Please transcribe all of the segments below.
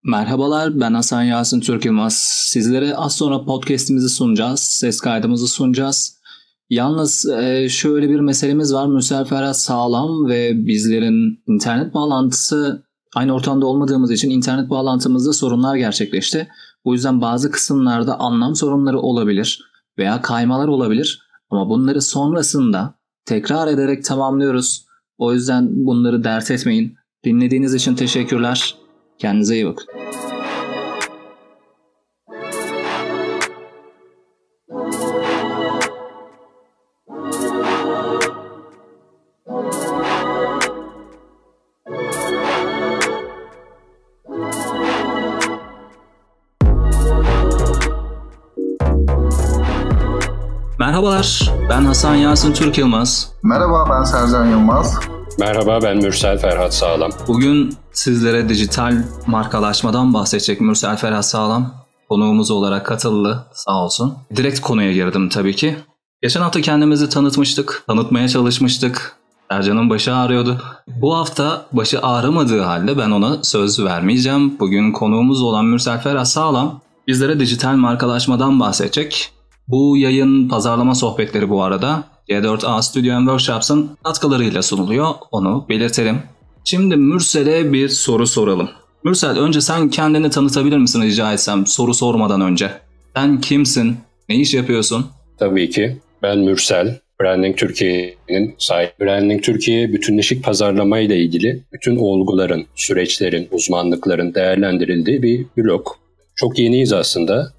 Merhabalar, ben Hasan Yasin Türk Yılmaz. Sizlere az sonra podcast'imizi sunacağız, ses kaydımızı sunacağız. Yalnız şöyle bir meselemiz var. Mürsel Ferhat Sağlam ve bizlerin internet bağlantısı aynı ortamda olmadığımız için internet bağlantımızda sorunlar gerçekleşti. Bu yüzden bazı kısımlarda anlam sorunları olabilir veya kaymalar olabilir. Ama bunları sonrasında tekrar ederek tamamlıyoruz. O yüzden bunları dert etmeyin. Dinlediğiniz için teşekkürler. Kendinize iyi bakın. Merhabalar, ben Hasan Yasin Türk Yılmaz. Merhaba, ben Sercan Yılmaz. Merhaba, ben Mürsel Ferhat Sağlam. Bugün sizlere dijital markalaşmadan bahsedecek Mürsel Ferhat Sağlam konuğumuz olarak katıldı, sağ olsun. Direkt konuya girdim tabii ki. Geçen hafta kendimizi tanıtmaya çalışmıştık. Sercan'ın başı ağrıyordu. Bu hafta başı ağrımadığı halde ben ona söz vermeyeceğim. Bugün konuğumuz olan Mürsel Ferhat Sağlam bizlere dijital markalaşmadan bahsedecek. Bu yayın pazarlama sohbetleri bu arada G4A Studio & Workshops'ın katkılarıyla sunuluyor. Onu belirtelim. Şimdi Mürsel'e bir soru soralım. Mürsel, önce sen kendini tanıtabilir misin rica etsem soru sormadan önce? Sen kimsin? Ne iş yapıyorsun? Tabii ki. Ben Mürsel. Branding Türkiye'nin sahibi. Branding Türkiye bütünleşik pazarlama ile ilgili bütün olguların, süreçlerin, uzmanlıkların değerlendirildiği bir blog. Çok yeniyiz aslında.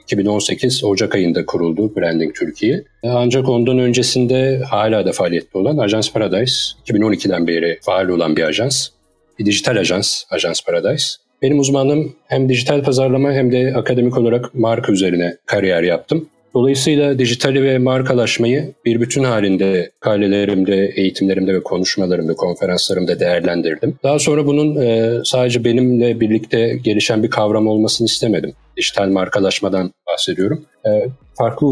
2018 Ocak ayında kuruldu Branding Türkiye. Ancak ondan öncesinde hala da faaliyette olan Ajans Paradise, 2012'den beri faal olan bir ajans. Bir dijital ajans, Ajans Paradise. Benim uzmanlığım hem dijital pazarlama hem de akademik olarak marka üzerine kariyer yaptım. Dolayısıyla dijitali ve markalaşmayı bir bütün halinde kalelerimde, eğitimlerimde ve konuşmalarımda, konferanslarımda değerlendirdim. Daha sonra bunun sadece benimle birlikte gelişen bir kavram olmasını istemedim. Dijital markalaşmadan bahsediyorum. Farklı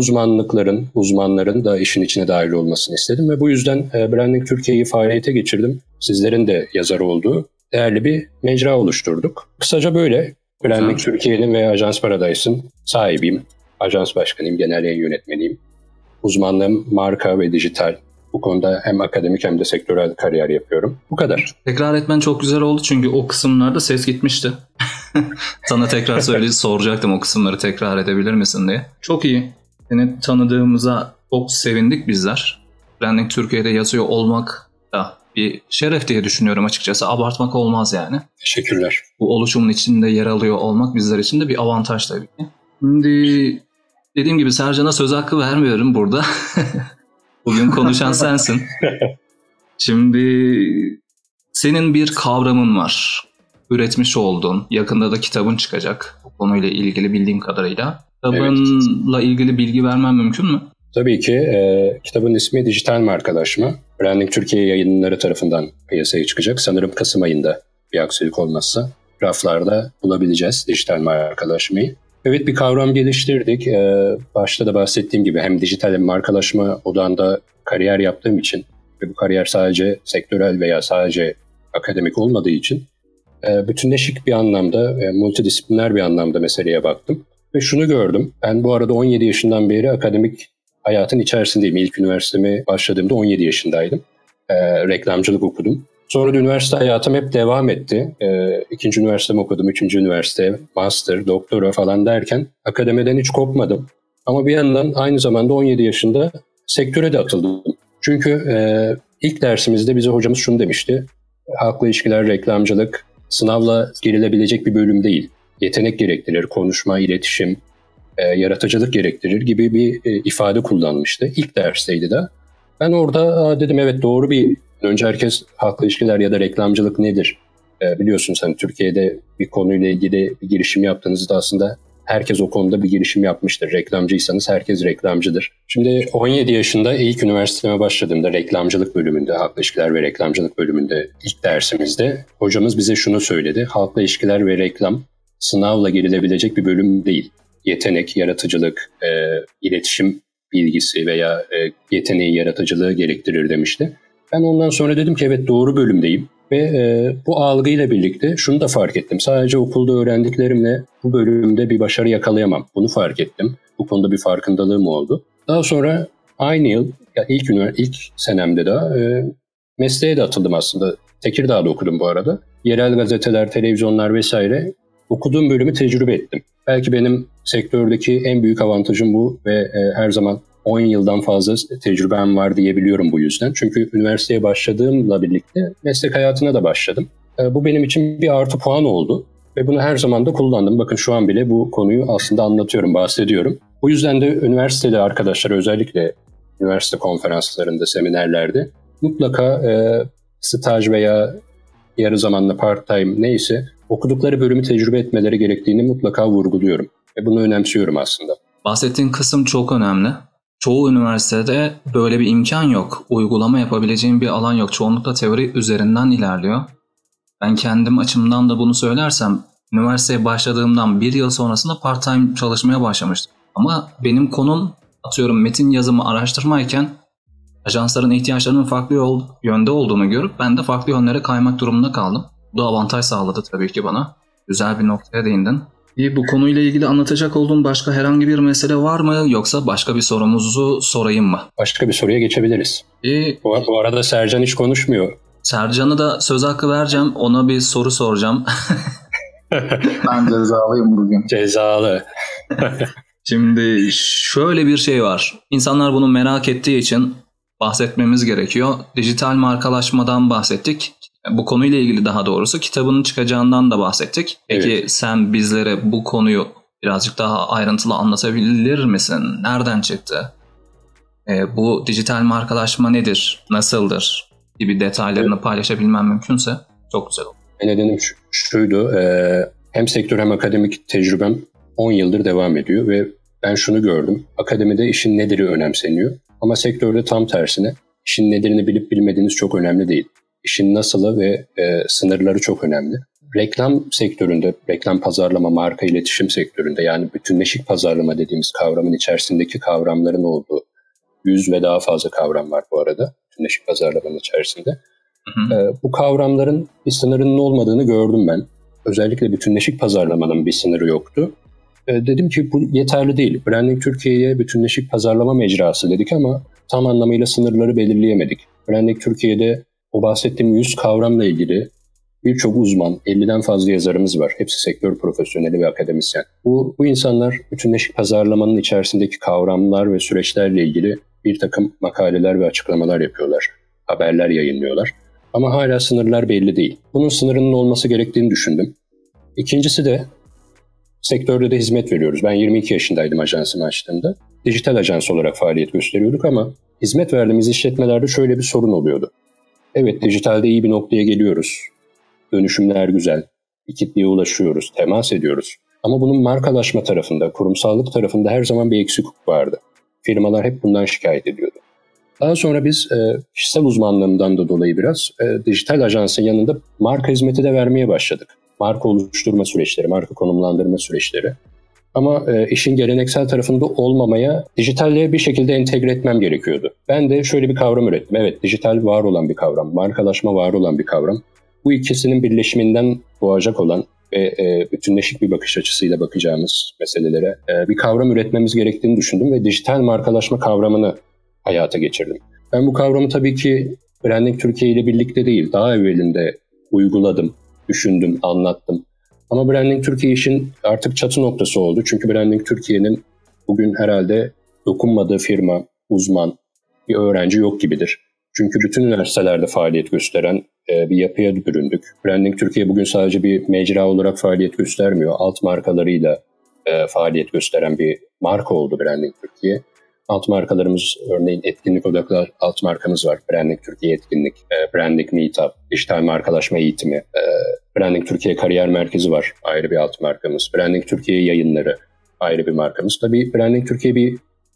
uzmanların da işin içine dahil olmasını istedim ve bu yüzden Branding Türkiye'yi faaliyete geçirdim. Sizlerin de yazarı olduğu değerli bir mecra oluşturduk. Kısaca böyle Branding Türkiye'nin ve Ajans Paradise'ın sahibiyim. Ajans başkanıyım, genel yayın yönetmeniyim. Uzmanlığım marka ve dijital. Bu konuda hem akademik hem de sektörel kariyer yapıyorum. Bu kadar. Tekrar etmen çok güzel oldu çünkü o kısımlarda ses gitmişti. Sana tekrar soracaktım o kısımları tekrar edebilir misin diye. Çok iyi. Seni tanıdığımıza çok sevindik bizler. Branding Türkiye'de yazıyor olmak da bir şeref diye düşünüyorum açıkçası. Abartmak olmaz yani. Teşekkürler. Bu oluşumun içinde yer alıyor olmak bizler için de bir avantaj tabii ki. Şimdi dediğim gibi Sercan'a söz hakkı vermiyorum burada. Bugün konuşan sensin. Şimdi senin bir kavramın var. Üretmiş olduğun, yakında da kitabın çıkacak. Bu konuyla ilgili bildiğim kadarıyla. Kitabınla ilgili bilgi vermem mümkün mü? Tabii ki. Kitabın ismi Dijital Markalaşma. Branding Türkiye yayınları tarafından piyasaya çıkacak. Sanırım Kasım ayında bir aksilik olmazsa raflarda bulabileceğiz dijital markalaşmayı. Evet, bir kavram geliştirdik. Başta da bahsettiğim gibi hem dijital hem markalaşma odağında kariyer yaptığım için ve bu kariyer sadece sektörel veya sadece akademik olmadığı için bütünleşik bir anlamda, multidisipliner bir anlamda meseleye baktım. Ve şunu gördüm. Ben bu arada 17 yaşından beri akademik hayatın içerisindeyim. İlk üniversiteme başladığımda 17 yaşındaydım. Reklamcılık okudum. Sonra da üniversite hayatım hep devam etti. İkinci üniversitemi okudum, üçüncü üniversite, master, doktora falan derken akademiden hiç kopmadım. Ama bir yandan aynı zamanda 17 yaşında sektöre de atıldım. Çünkü ilk dersimizde bize hocamız şunu demişti. Halkla ilişkiler, reklamcılık sınavla girilebilecek bir bölüm değil. Yetenek gerektirir, konuşma, iletişim, yaratıcılık gerektirir gibi bir ifade kullanmıştı. İlk dersteydi de. Ben orada dedim evet doğru bir... Önce herkes halkla ilişkiler ya da reklamcılık nedir? Biliyorsun sen Türkiye'de bir konuyla ilgili bir girişim yaptığınızda aslında herkes o konuda bir girişim yapmıştır. Reklamcıysanız herkes reklamcıdır. Şimdi 17 yaşında ilk üniversiteme başladığımda reklamcılık bölümünde, halkla ilişkiler ve reklamcılık bölümünde ilk dersimizde hocamız bize şunu söyledi. Halkla ilişkiler ve reklam sınavla girilebilecek bir bölüm değil. Yetenek, yaratıcılık, iletişim bilgisi veya yeteneği, yaratıcılığı gerektirir demişti. Ben ondan sonra dedim ki evet doğru bölümdeyim. Ve bu algıyla birlikte şunu da fark ettim. Sadece okulda öğrendiklerimle bu bölümde bir başarı yakalayamam. Bunu fark ettim. Bu konuda bir farkındalığım oldu. Daha sonra aynı yıl, ya ilk senemde de mesleğe de atıldım aslında. Tekirdağ'da okudum bu arada. Yerel gazeteler, televizyonlar vesaire okuduğum bölümü tecrübe ettim. Belki benim sektördeki en büyük avantajım bu ve her zaman 10 yıldan fazla tecrübem var diyebiliyorum bu yüzden. Çünkü üniversiteye başladığımla birlikte meslek hayatına da başladım. Bu benim için bir artı puan oldu ve bunu her zaman da kullandım. Bakın şu an bile bu konuyu aslında anlatıyorum, bahsediyorum. Bu yüzden de üniversiteli arkadaşlar, özellikle üniversite konferanslarında, seminerlerde mutlaka staj veya yarı zamanlı part-time neyse okudukları bölümü tecrübe etmeleri gerektiğini mutlaka vurguluyorum. Ve bunu önemsiyorum aslında. Bahsettiğin kısım çok önemli. Çoğu üniversitede böyle bir imkan yok. Uygulama yapabileceğin bir alan yok. Çoğunlukla teori üzerinden ilerliyor. Ben kendim açımdan da bunu söylersem, üniversiteye başladığımdan bir yıl sonrasında part-time çalışmaya başlamıştım. Ama benim konum, atıyorum metin yazımı araştırmayken ajansların ihtiyaçlarının farklı yönde olduğunu görüp ben de farklı yönlere kaymak durumunda kaldım. Bu da avantaj sağladı tabii ki bana. Güzel bir noktaya değindin. Bu konuyla ilgili anlatacak olduğun başka herhangi bir mesele var mı, yoksa başka bir sorumuzu sorayım mı? Başka bir soruya geçebiliriz. Bu arada Sercan hiç konuşmuyor. Sercan'a da söz hakkı vereceğim. Ona bir soru soracağım. Ben cezalıyım bugün. Cezalı. Şimdi şöyle bir şey var. İnsanlar bunu merak ettiği için bahsetmemiz gerekiyor. Dijital markalaşmadan bahsettik. Bu konuyla ilgili daha doğrusu kitabının çıkacağından da bahsettik. Peki evet, sen bizlere bu konuyu birazcık daha ayrıntılı anlatabilir misin? Nereden çıktı? Bu dijital markalaşma nedir? Nasıldır? Gibi detaylarını paylaşabilmem mümkünse çok güzel olur. Nedenim şuydu. Hem sektör hem akademik tecrübem 10 yıldır devam ediyor ve ben şunu gördüm. Akademide işin nediri önemseniyor. Ama sektörde tam tersine işin nedirini bilip bilmediğiniz çok önemli değil. İşin nasılı ve sınırları çok önemli. Reklam sektöründe, reklam pazarlama, marka iletişim sektöründe, yani bütünleşik pazarlama dediğimiz kavramın içerisindeki kavramların olduğu 100 ve daha fazla kavram var bu arada bütünleşik pazarlamanın içerisinde. Bu kavramların bir sınırının olmadığını gördüm ben. Özellikle bütünleşik pazarlamanın bir sınırı yoktu. Dedim ki bu yeterli değil. Branding Türkiye'ye bütünleşik pazarlama mecrası dedik ama tam anlamıyla sınırları belirleyemedik. Branding Türkiye'de o bahsettiğim 100 kavramla ilgili birçok uzman, 50'den fazla yazarımız var. Hepsi sektör profesyoneli ve akademisyen. Bu insanlar bütünleşik pazarlamanın içerisindeki kavramlar ve süreçlerle ilgili bir takım makaleler ve açıklamalar yapıyorlar. Haberler yayınlıyorlar. Ama hala sınırlar belli değil. Bunun sınırının olması gerektiğini düşündüm. İkincisi de sektörde de hizmet veriyoruz. Ben 22 yaşındaydım ajansımı açtığımda. Dijital ajans olarak faaliyet gösteriyorduk ama hizmet verdiğimiz işletmelerde şöyle bir sorun oluyordu. Evet, dijitalde iyi bir noktaya geliyoruz. Dönüşümler güzel. Bir kitleye ulaşıyoruz, temas ediyoruz. Ama bunun markalaşma tarafında, kurumsallık tarafında her zaman bir eksiklik vardı. Firmalar hep bundan şikayet ediyordu. Daha sonra biz kişisel uzmanlığımdan da dolayı biraz dijital ajansın yanında marka hizmeti de vermeye başladık. Marka oluşturma süreçleri, marka konumlandırma süreçleri. Ama işin geleneksel tarafında olmamaya dijitalle bir şekilde entegre etmem gerekiyordu. Ben de şöyle bir kavram ürettim. Evet, dijital var olan bir kavram, markalaşma var olan bir kavram. Bu ikisinin birleşiminden doğacak olan ve bütünleşik bir bakış açısıyla bakacağımız meselelere bir kavram üretmemiz gerektiğini düşündüm ve dijital markalaşma kavramını hayata geçirdim. Ben bu kavramı tabii ki Branding Türkiye ile birlikte değil, daha evvelinde uyguladım, düşündüm, anlattım. Ama Branding Türkiye işin artık çatı noktası oldu. Çünkü Branding Türkiye'nin bugün herhalde dokunmadığı firma, uzman, bir öğrenci yok gibidir. Çünkü bütün üniversitelerde faaliyet gösteren bir yapıya büründük. Branding Türkiye bugün sadece bir mecra olarak faaliyet göstermiyor. Alt markalarıyla faaliyet gösteren bir marka oldu Branding Türkiye. Alt markalarımız, örneğin etkinlik odaklı alt markamız var. Branding Türkiye etkinlik, Branding Meetup, dijital markalaşma eğitimi, Branding Türkiye Kariyer Merkezi var, ayrı bir alt markamız. Branding Türkiye yayınları, ayrı bir markamız. Tabii Branding Türkiye bir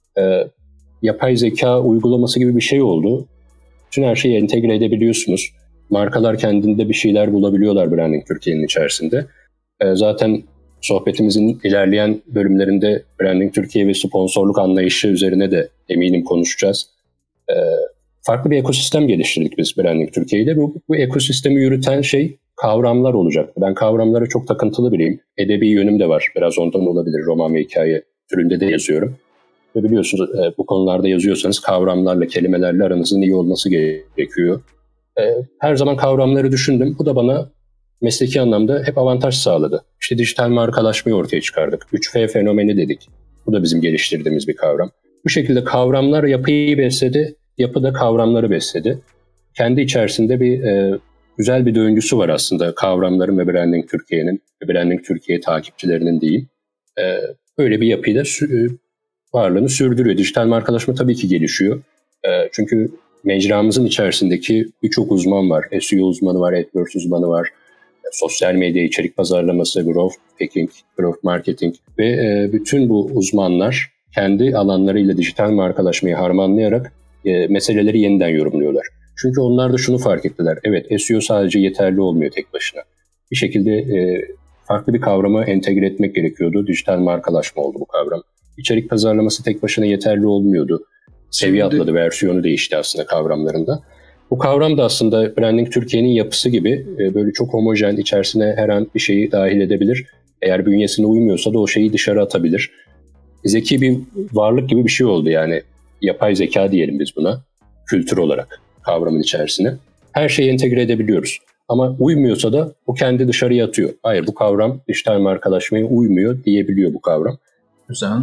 yapay zeka uygulaması gibi bir şey oldu. Bütün her şeyi entegre edebiliyorsunuz. Markalar kendinde bir şeyler bulabiliyorlar Branding Türkiye'nin içerisinde. Zaten sohbetimizin ilerleyen bölümlerinde Branding Türkiye ve sponsorluk anlayışı üzerine de eminim konuşacağız. farklı bir ekosistem geliştirdik biz Branding Türkiye'de. Bu ekosistemi yürüten şey kavramlar olacak. Ben kavramlara çok takıntılı biriyim. Edebi yönüm de var. Biraz ondan olabilir. Roman ve hikaye türünde de yazıyorum. Ve biliyorsunuz bu konularda yazıyorsanız kavramlarla, kelimelerle aranızın iyi olması gerekiyor. Her zaman kavramları düşündüm. Bu da bana mesleki anlamda hep avantaj sağladı. İşte dijital markalaşmayı ortaya çıkardık. 3F fenomeni dedik. Bu da bizim geliştirdiğimiz bir kavram. Bu şekilde kavramlar yapıyı besledi, yapı da kavramları besledi. Kendi içerisinde bir güzel bir döngüsü var aslında kavramların ve Branding Türkiye'nin, ve Branding Türkiye takipçilerinin diyeyim. Böyle bir yapıyla varlığını sürdürüyor. Dijital markalaşma tabii ki gelişiyor. Çünkü mecramızın içerisindeki birçok uzman var. SEO uzmanı var, AdWords uzmanı var. Sosyal medya, içerik pazarlaması, growth hacking, growth marketing ve bütün bu uzmanlar kendi alanlarıyla dijital markalaşmayı harmanlayarak meseleleri yeniden yorumluyorlar. Çünkü onlar da şunu fark ettiler. Evet, SEO sadece yeterli olmuyor tek başına. Bir şekilde farklı bir kavramı entegre etmek gerekiyordu. Dijital markalaşma oldu bu kavram. İçerik pazarlaması tek başına yeterli olmuyordu. Seviye atladı, versiyonu değişti aslında kavramlarında. Bu kavram da aslında Branding Türkiye'nin yapısı gibi böyle çok homojen, içerisine her an bir şeyi dahil edebilir. Eğer bünyesine uymuyorsa da o şeyi dışarı atabilir. Zeki bir varlık gibi bir şey oldu yani. Yapay zeka diyelim biz buna, kültür olarak kavramın içerisine. Her şeyi entegre edebiliyoruz. Ama uymuyorsa da o kendi dışarıya atıyor. Hayır, bu kavram dijital markalaşmaya uymuyor diyebiliyor bu kavram. Güzel.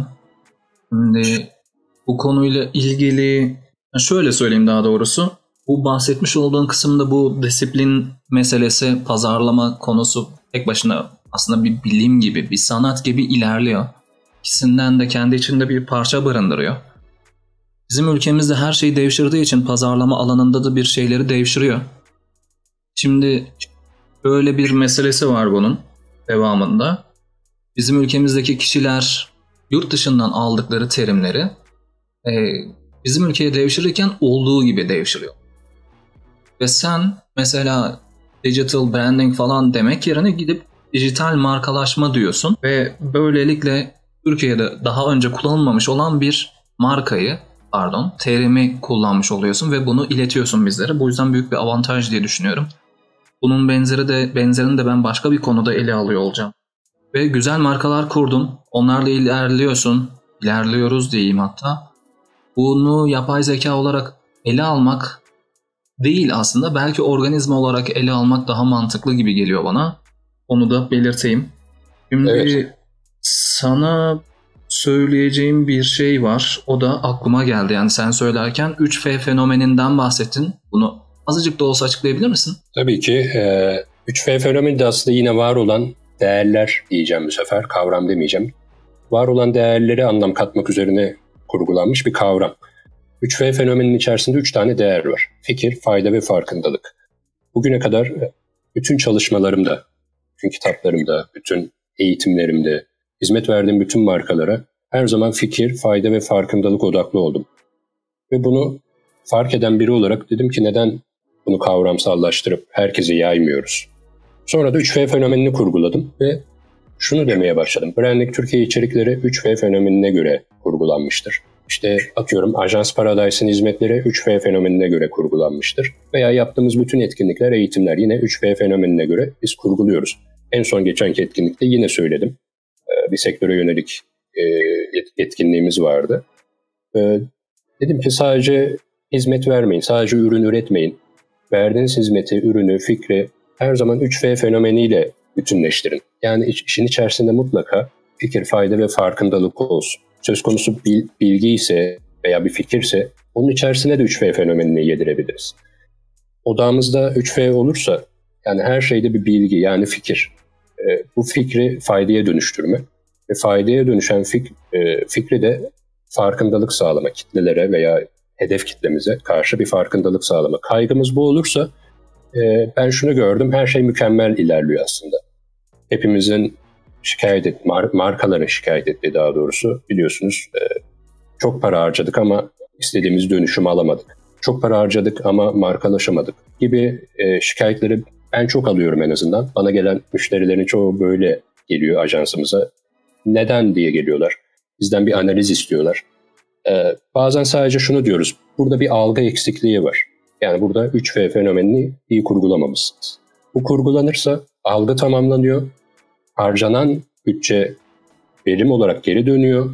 Şimdi bu konuyla ilgili şöyle söyleyeyim daha doğrusu. Bu bahsetmiş olduğun kısımda bu disiplin meselesi, pazarlama konusu tek başına aslında bir bilim gibi, bir sanat gibi ilerliyor. İkisinden de kendi içinde bir parça barındırıyor. Bizim ülkemizde her şey devşirdiği için pazarlama alanında da bir şeyleri devşiriyor. Şimdi böyle bir meselesi var bunun devamında. Bizim ülkemizdeki kişiler yurt dışından aldıkları terimleri bizim ülkeye devşirirken olduğu gibi devşiriyor. Ve sen mesela digital branding falan demek yerine gidip dijital markalaşma diyorsun ve böylelikle Türkiye'de daha önce kullanılmamış olan bir terimi kullanmış oluyorsun ve bunu iletiyorsun bizlere. Bu yüzden büyük bir avantaj diye düşünüyorum. Bunun benzerini de ben başka bir konuda ele alıyor olacağım. Ve güzel markalar kurdun. Onlarla ilerliyoruz diyeyim hatta. Bunu yapay zeka olarak ele almak değil aslında. Belki organizma olarak ele almak daha mantıklı gibi geliyor bana. Onu da belirteyim. Şimdi sana söyleyeceğim bir şey var. O da aklıma geldi. Yani sen söylerken 3F fenomeninden bahsettin. Bunu azıcık da olsa açıklayabilir misin? Tabii ki. 3F fenomeni de aslında yine var olan değerler diyeceğim bu sefer. Kavram demeyeceğim. Var olan değerlere anlam katmak üzerine kurgulanmış bir kavram. 3F fenomeninin içerisinde 3 tane değer var. Fikir, fayda ve farkındalık. Bugüne kadar bütün çalışmalarımda, bütün kitaplarımda, bütün eğitimlerimde, hizmet verdiğim bütün markalara her zaman fikir, fayda ve farkındalık odaklı oldum. Ve bunu fark eden biri olarak dedim ki neden bunu kavramsallaştırıp herkese yaymıyoruz? Sonra da 3F fenomenini kurguladım ve şunu demeye başladım. Branding Türkiye içerikleri 3F fenomenine göre kurgulanmıştır. İşte atıyorum Ajans Paradise'ın hizmetleri 3F fenomenine göre kurgulanmıştır. Veya yaptığımız bütün etkinlikler, eğitimler yine 3F fenomenine göre biz kurguluyoruz. En son geçenki etkinlikte yine söyledim. Bir sektöre yönelik etkinliğimiz vardı. Dedim ki sadece hizmet vermeyin, sadece ürün üretmeyin. Verdiğiniz hizmeti, ürünü, fikri her zaman 3F fenomeniyle bütünleştirin. Yani işin içerisinde mutlaka fikir, fayda ve farkındalık olsun. Söz konusu bilgi ise veya bir fikirse onun içerisine de 3F fenomenini yedirebiliriz. Odağımızda 3F olursa yani her şeyde bir bilgi yani fikir. Bu fikri faydaya dönüştürme ve faydaya dönüşen fikri de farkındalık sağlama kitlelere veya hedef kitlemize karşı bir farkındalık sağlama. Kaygımız bu olursa ben şunu gördüm, her şey mükemmel ilerliyor aslında. Hepimizin markaların şikayet ettiği daha doğrusu biliyorsunuz çok para harcadık ama istediğimiz dönüşümü alamadık. Çok para harcadık ama markalaşamadık gibi şikayetleri ben çok alıyorum en azından. Bana gelen müşterilerin çoğu böyle geliyor ajansımıza. Neden diye geliyorlar. Bizden bir analiz istiyorlar. Bazen sadece şunu diyoruz. Burada bir algı eksikliği var. Yani burada 3F fenomenini iyi kurgulamamışsınız. Bu kurgulanırsa algı tamamlanıyor. Harcanan bütçe verim olarak geri dönüyor.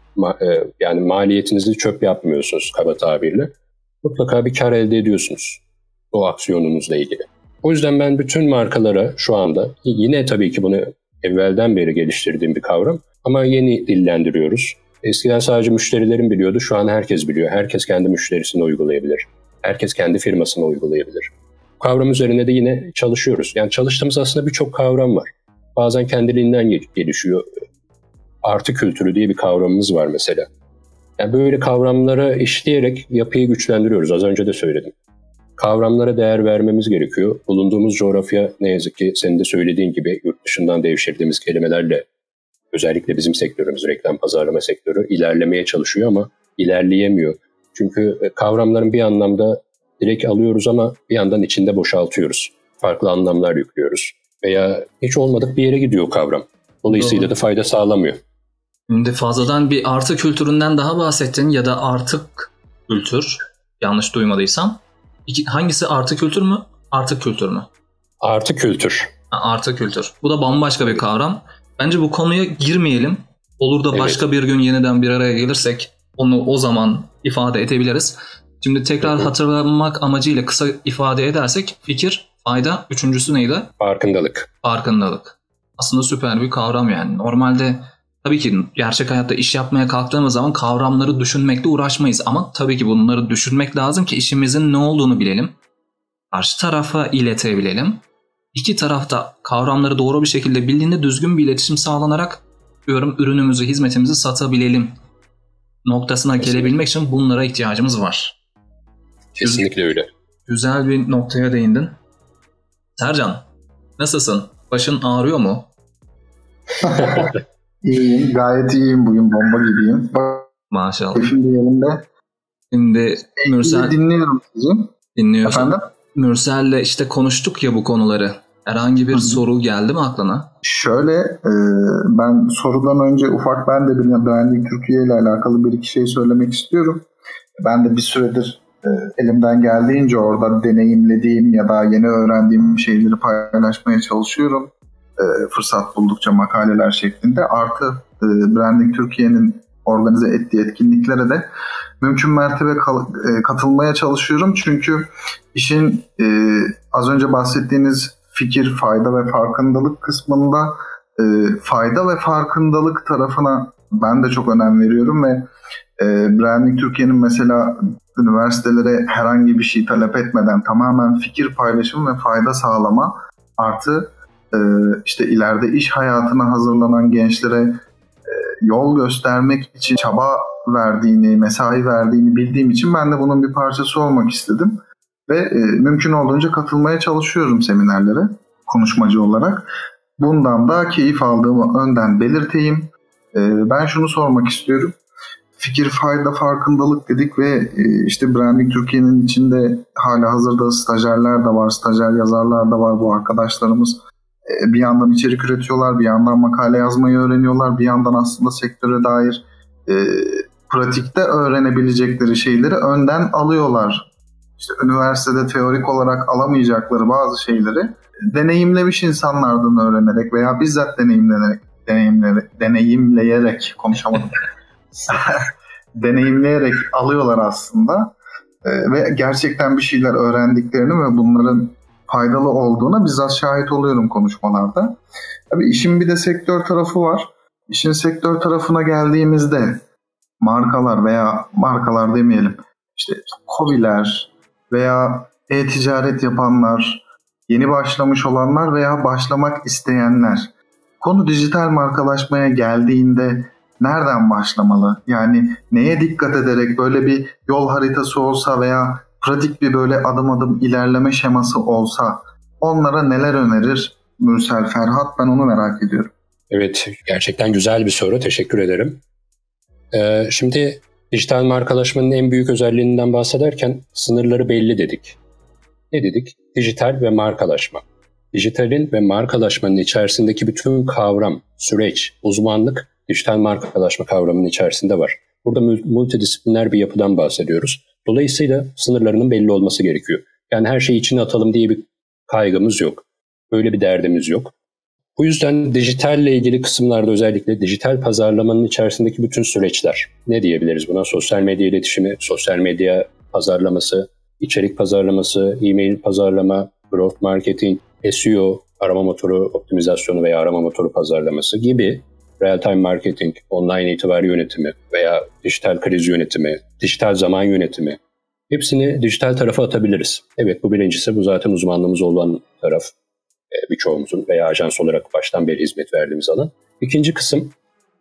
Yani maliyetinizi çöp yapmıyorsunuz kaba tabirle. Mutlaka bir kar elde ediyorsunuz o aksiyonunuzla ilgili. O yüzden ben bütün markalara şu anda, yine tabii ki bunu evvelden beri geliştirdiğim bir kavram ama yeni dillendiriyoruz. Eskiden sadece müşterilerin biliyordu, şu an herkes biliyor. Herkes kendi müşterisine uygulayabilir. Herkes kendi firmasına uygulayabilir. Bu kavram üzerine de yine çalışıyoruz. Yani çalıştığımız aslında birçok kavram var. Bazen kendiliğinden gelişiyor. Artı kültürü diye bir kavramımız var mesela. Yani böyle kavramlara işleyerek yapıyı güçlendiriyoruz. Az önce de söyledim. Kavramlara değer vermemiz gerekiyor. Bulunduğumuz coğrafya ne yazık ki senin de söylediğin gibi yurt dışından devşirdiğimiz kelimelerle özellikle bizim sektörümüz, reklam pazarlama sektörü ilerlemeye çalışıyor ama ilerleyemiyor. Çünkü kavramların bir anlamda direkt alıyoruz ama bir yandan içinde boşaltıyoruz. Farklı anlamlar yüklüyoruz. Veya hiç olmadık bir yere gidiyor kavram. Dolayısıyla Doğru. da fayda sağlamıyor. Şimdi fazladan bir artı kültüründen daha bahsettin ya da artık kültür, yanlış duymadıysam. Hangisi artı kültür mü, artık kültür mü? Artı kültür. Artı kültür. Bu da bambaşka bir kavram. Bence bu konuya girmeyelim. Olur da başka bir gün yeniden bir araya gelirsek onu o zaman ifade edebiliriz. Şimdi tekrar hatırlamak amacıyla kısa ifade edersek fikir, fayda, üçüncüsü neydi? Farkındalık. Farkındalık. Aslında süper bir kavram yani. Normalde tabii ki gerçek hayatta iş yapmaya kalktığımız zaman kavramları düşünmekle uğraşmayız. Ama tabii ki bunları düşünmek lazım ki işimizin ne olduğunu bilelim. Karşı tarafa iletebilelim. İki tarafta kavramları doğru bir şekilde bildiğinde düzgün bir iletişim sağlanarak ürünümüzü, hizmetimizi satabilelim noktasına gelebilmek için bunlara ihtiyacımız var. Kesinlikle öyle. Güzel bir noktaya değindin. Sercan, nasılsın? Başın ağrıyor mu? İyiyim, gayet iyiyim bugün, bomba gibiyim. Maşallah. Şimdi yerinde. Şimdi Mürsel Dinliyorum sizi. dinliyorsun. Efendim? Mürsel'le işte konuştuk ya bu konuları. Herhangi bir soru geldi mi aklına? Şöyle, ben sorudan önce ufak ben de bir Branding Türkiye ile alakalı bir iki şey söylemek istiyorum. Ben de bir süredir elimden geldiğince orada deneyimlediğim ya da yeni öğrendiğim şeyleri paylaşmaya çalışıyorum. Fırsat buldukça makaleler şeklinde. Artı Branding Türkiye'nin organize ettiği etkinliklere de mümkün mertebe katılmaya çalışıyorum. Çünkü işin az önce bahsettiğiniz fikir, fayda ve farkındalık kısmında fayda ve farkındalık tarafına ben de çok önem veriyorum ve Branding Türkiye'nin mesela üniversitelere herhangi bir şey talep etmeden tamamen fikir paylaşımı ve fayda sağlama artı işte ileride iş hayatına hazırlanan gençlere yol göstermek için çaba verdiğini, mesai verdiğini bildiğim için ben de bunun bir parçası olmak istedim. Ve mümkün olduğunca katılmaya çalışıyorum seminerlere konuşmacı olarak. Bundan da keyif aldığımı önden belirteyim. Ben şunu sormak istiyorum. Fikir, fayda, farkındalık dedik ve işte Branding Türkiye'nin içinde hala hazırda stajyerler de var, stajyer yazarlar da var bu arkadaşlarımız. Bir yandan içerik üretiyorlar, bir yandan makale yazmayı öğreniyorlar, bir yandan aslında sektöre dair pratikte öğrenebilecekleri şeyleri önden alıyorlar. İşte üniversitede teorik olarak alamayacakları bazı şeyleri deneyimlemiş insanlardan öğrenerek veya bizzat deneyimleyerek konuşamadım. deneyimleyerek alıyorlar aslında ve gerçekten bir şeyler öğrendiklerini ve bunların faydalı olduğuna bizzat şahit oluyorum konuşmalarda. Tabii işin bir de sektör tarafı var. İşin sektör tarafına geldiğimizde markalar veya markalar demeyelim, işte KOBİ'ler veya e-ticaret yapanlar, yeni başlamış olanlar veya başlamak isteyenler. Konu dijital markalaşmaya geldiğinde nereden başlamalı? Yani neye dikkat ederek böyle bir yol haritası olsa veya pratik bir böyle adım adım ilerleme şeması olsa onlara neler önerir Mürsel, Ferhat? Ben onu merak ediyorum. Evet, gerçekten güzel bir soru. Teşekkür ederim. Şimdi dijital markalaşmanın en büyük özelliğinden bahsederken sınırları belli dedik. Ne dedik? Dijital ve markalaşma. Dijitalin ve markalaşmanın içerisindeki bütün kavram, süreç, uzmanlık dijital markalaşma kavramının içerisinde var. Burada multidisipliner bir yapıdan bahsediyoruz. Dolayısıyla sınırlarının belli olması gerekiyor. Yani her şeyi içine atalım diye bir kaygımız yok. Böyle bir derdimiz yok. Bu yüzden dijitalle ilgili kısımlarda özellikle dijital pazarlamanın içerisindeki bütün süreçler, ne diyebiliriz buna? Sosyal medya iletişimi, sosyal medya pazarlaması, içerik pazarlaması, e-mail pazarlama, growth marketing, SEO, arama motoru optimizasyonu veya arama motoru pazarlaması gibi real-time marketing, online itibar yönetimi veya dijital kriz yönetimi, dijital zaman yönetimi hepsini dijital tarafa atabiliriz. Evet, bu birincisi, bu zaten uzmanlığımız olan taraf. Birçoğumuzun veya ajans olarak baştan beri hizmet verdiğimiz alan. İkinci kısım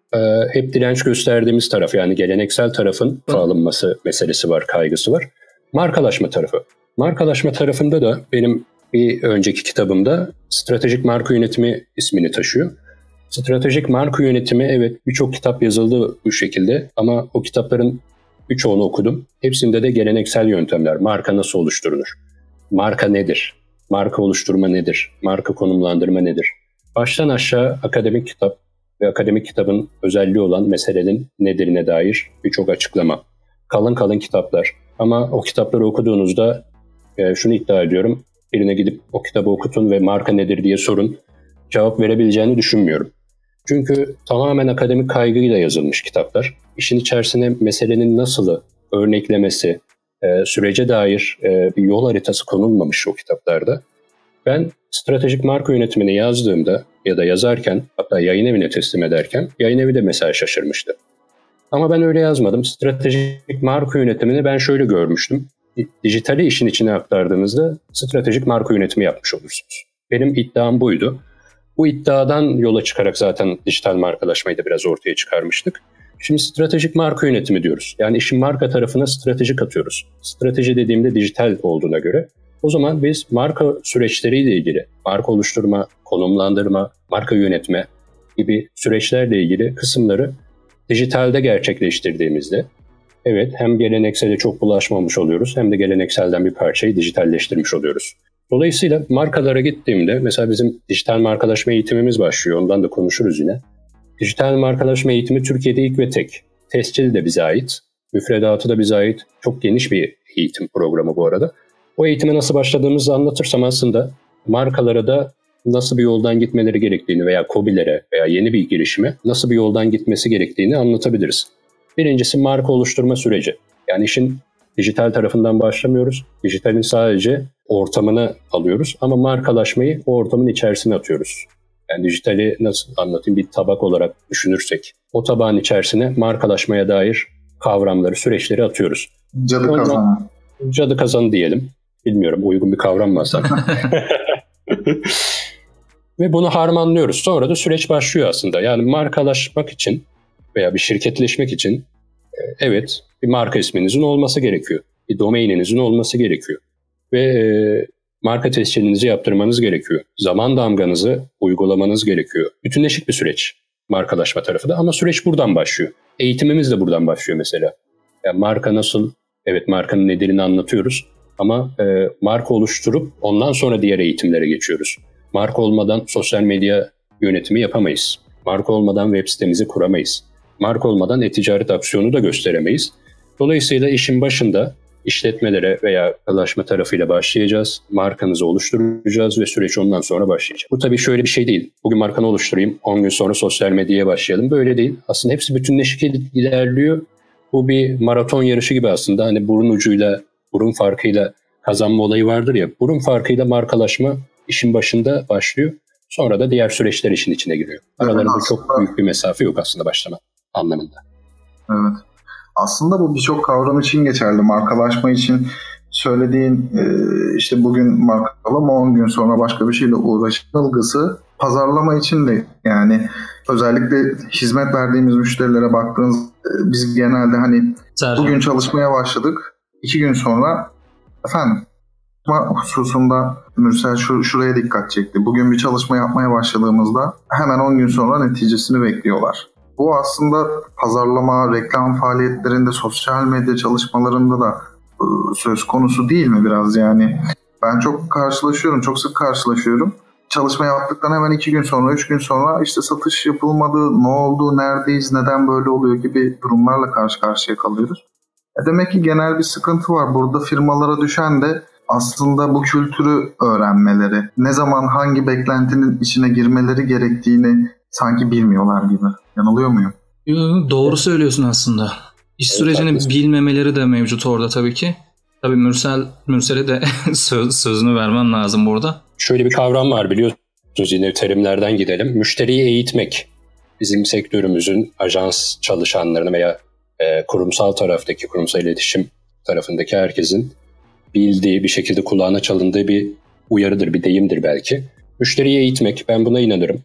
hep direnç gösterdiğimiz taraf, yani geleneksel tarafın alınması meselesi var, kaygısı var. Markalaşma tarafı. Markalaşma tarafında da benim bir önceki kitabımda stratejik marka yönetimi ismini taşıyor. Stratejik marka yönetimi, evet, birçok kitap yazıldı bu şekilde ama o kitapların birçoğunu okudum. Hepsinde de geleneksel yöntemler. Marka nasıl oluşturulur? Marka nedir? Marka oluşturma nedir? Marka konumlandırma nedir? Baştan aşağı akademik kitap ve akademik kitabın özelliği olan meselenin nedirine dair birçok açıklama. Kalın kalın kitaplar. Ama o kitapları okuduğunuzda şunu iddia ediyorum. Birine gidip o kitabı okutun ve marka nedir diye sorun. Cevap verebileceğini düşünmüyorum. Çünkü tamamen akademik kaygıyla yazılmış kitaplar. İşin içerisine meselenin nasılı, örneklemesi, sürece dair bir yol haritası konulmamış o kitaplarda. Ben stratejik marka yönetimini yazdığımda ya da yazarken, hatta yayın evine teslim ederken yayın evi de mesela şaşırmıştı. Ama ben öyle yazmadım. Stratejik marka yönetimini ben şöyle görmüştüm. Dijitali işin içine aktardığınızda stratejik marka yönetimi yapmış olursunuz. Benim iddiam buydu. Bu iddiadan yola çıkarak zaten dijital markalaşmayı da biraz ortaya çıkarmıştık. Şimdi stratejik marka yönetimi diyoruz. Yani işin marka tarafına strateji katıyoruz. Strateji dediğimde dijital olduğuna göre. O zaman biz marka süreçleriyle ilgili, marka oluşturma, konumlandırma, marka yönetme gibi süreçlerle ilgili kısımları dijitalde gerçekleştirdiğimizde, evet, hem geleneksele çok bulaşmamış oluyoruz hem de gelenekselden bir parçayı dijitalleştirmiş oluyoruz. Dolayısıyla markalara gittiğimde, mesela bizim dijital markalaşma eğitimimiz başlıyor, ondan da konuşuruz yine. Dijital markalaşma eğitimi Türkiye'de ilk ve tek. Tescili de bize ait, müfredatı da bize ait. Çok geniş bir eğitim programı bu arada. O eğitime nasıl başladığımızı anlatırsam aslında markalara da nasıl bir yoldan gitmeleri gerektiğini veya KOBİ'lere veya yeni bir girişime nasıl bir yoldan gitmesi gerektiğini anlatabiliriz. Birincisi marka oluşturma süreci. Yani işin dijital tarafından başlamıyoruz. Dijitalin sadece ortamını alıyoruz ama markalaşmayı o ortamın içerisine atıyoruz. Yani dijitali nasıl anlatayım, bir tabak olarak düşünürsek o tabağın içerisine markalaşmaya dair kavramları, süreçleri atıyoruz. Cadı kazanı. Cadı kazanı diyelim. Bilmiyorum, uygun bir kavram mı aslında? Ve bunu harmanlıyoruz. Sonra da süreç başlıyor aslında. Yani markalaşmak için veya bir şirketleşmek için evet, bir marka isminizin olması gerekiyor. Bir domaininizin olması gerekiyor. Ve marka tescilinizi yaptırmanız gerekiyor. Zaman damganızı uygulamanız gerekiyor. Bütünleşik bir süreç markalaşma tarafı da, ama süreç buradan başlıyor. Eğitimimiz de buradan başlıyor mesela. Yani marka nasıl, evet, markanın nedenini anlatıyoruz ama marka oluşturup ondan sonra diğer eğitimlere geçiyoruz. Marka olmadan sosyal medya yönetimi yapamayız. Marka olmadan web sitemizi kuramayız. Marka olmadan e-ticaret aksiyonu da gösteremeyiz. Dolayısıyla işin başında işletmelere veya markalaşma tarafıyla başlayacağız. Markanızı oluşturacağız ve süreç ondan sonra başlayacak. Bu tabii şöyle bir şey değil. Bugün markanı oluşturayım, 10 gün sonra sosyal medyaya başlayalım. Böyle değil. Aslında hepsi bütünleşik ilerliyor. Bu bir maraton yarışı gibi aslında. Hani burun ucuyla, burun farkıyla kazanma olayı vardır ya. Burun farkıyla markalaşma işin başında başlıyor. Sonra da diğer süreçler işin içine giriyor. Aralarında çok büyük bir mesafe yok aslında başlama anlamında. Evet. Aslında bu birçok kavram için geçerli. Markalaşma için söylediğin işte bugün markalama, 10 gün sonra başka bir şeyle uğraşma algısı, pazarlama için de yani özellikle hizmet verdiğimiz müşterilere baktığınız biz genelde hani bugün çalışmaya başladık, 2 gün sonra efendim hususunda Mürsel şuraya dikkat çekti. Bugün bir çalışma yapmaya başladığımızda hemen 10 gün sonra neticesini bekliyorlar. Bu aslında pazarlama, reklam faaliyetlerinde, sosyal medya çalışmalarında da söz konusu değil mi biraz yani? Ben çok karşılaşıyorum, çok sık karşılaşıyorum. çalışma yaptıktan hemen 2 gün sonra, 3 gün sonra işte satış yapılmadı, ne oldu, neredeyiz, neden böyle oluyor gibi durumlarla karşı karşıya kalıyoruz. Demek ki genel bir sıkıntı var. Burada firmalara düşen de aslında bu kültürü öğrenmeleri, ne zaman hangi beklentinin içine girmeleri gerektiğini sanki bilmiyorlar gibi. Yanılıyor muyum? Doğru söylüyorsun aslında. İş sürecini bilmemeleri de mevcut orada tabii ki. Tabii Mürsel'e de sözünü vermem lazım burada. Şöyle bir kavram var biliyorsunuz, yine terimlerden gidelim. Müşteriyi eğitmek. Bizim sektörümüzün ajans çalışanlarını veya kurumsal taraftaki, kurumsal iletişim tarafındaki herkesin bildiği, bir şekilde kulağına çalındığı bir uyarıdır, bir deyimdir belki. Müşteriyi eğitmek, ben buna inanırım.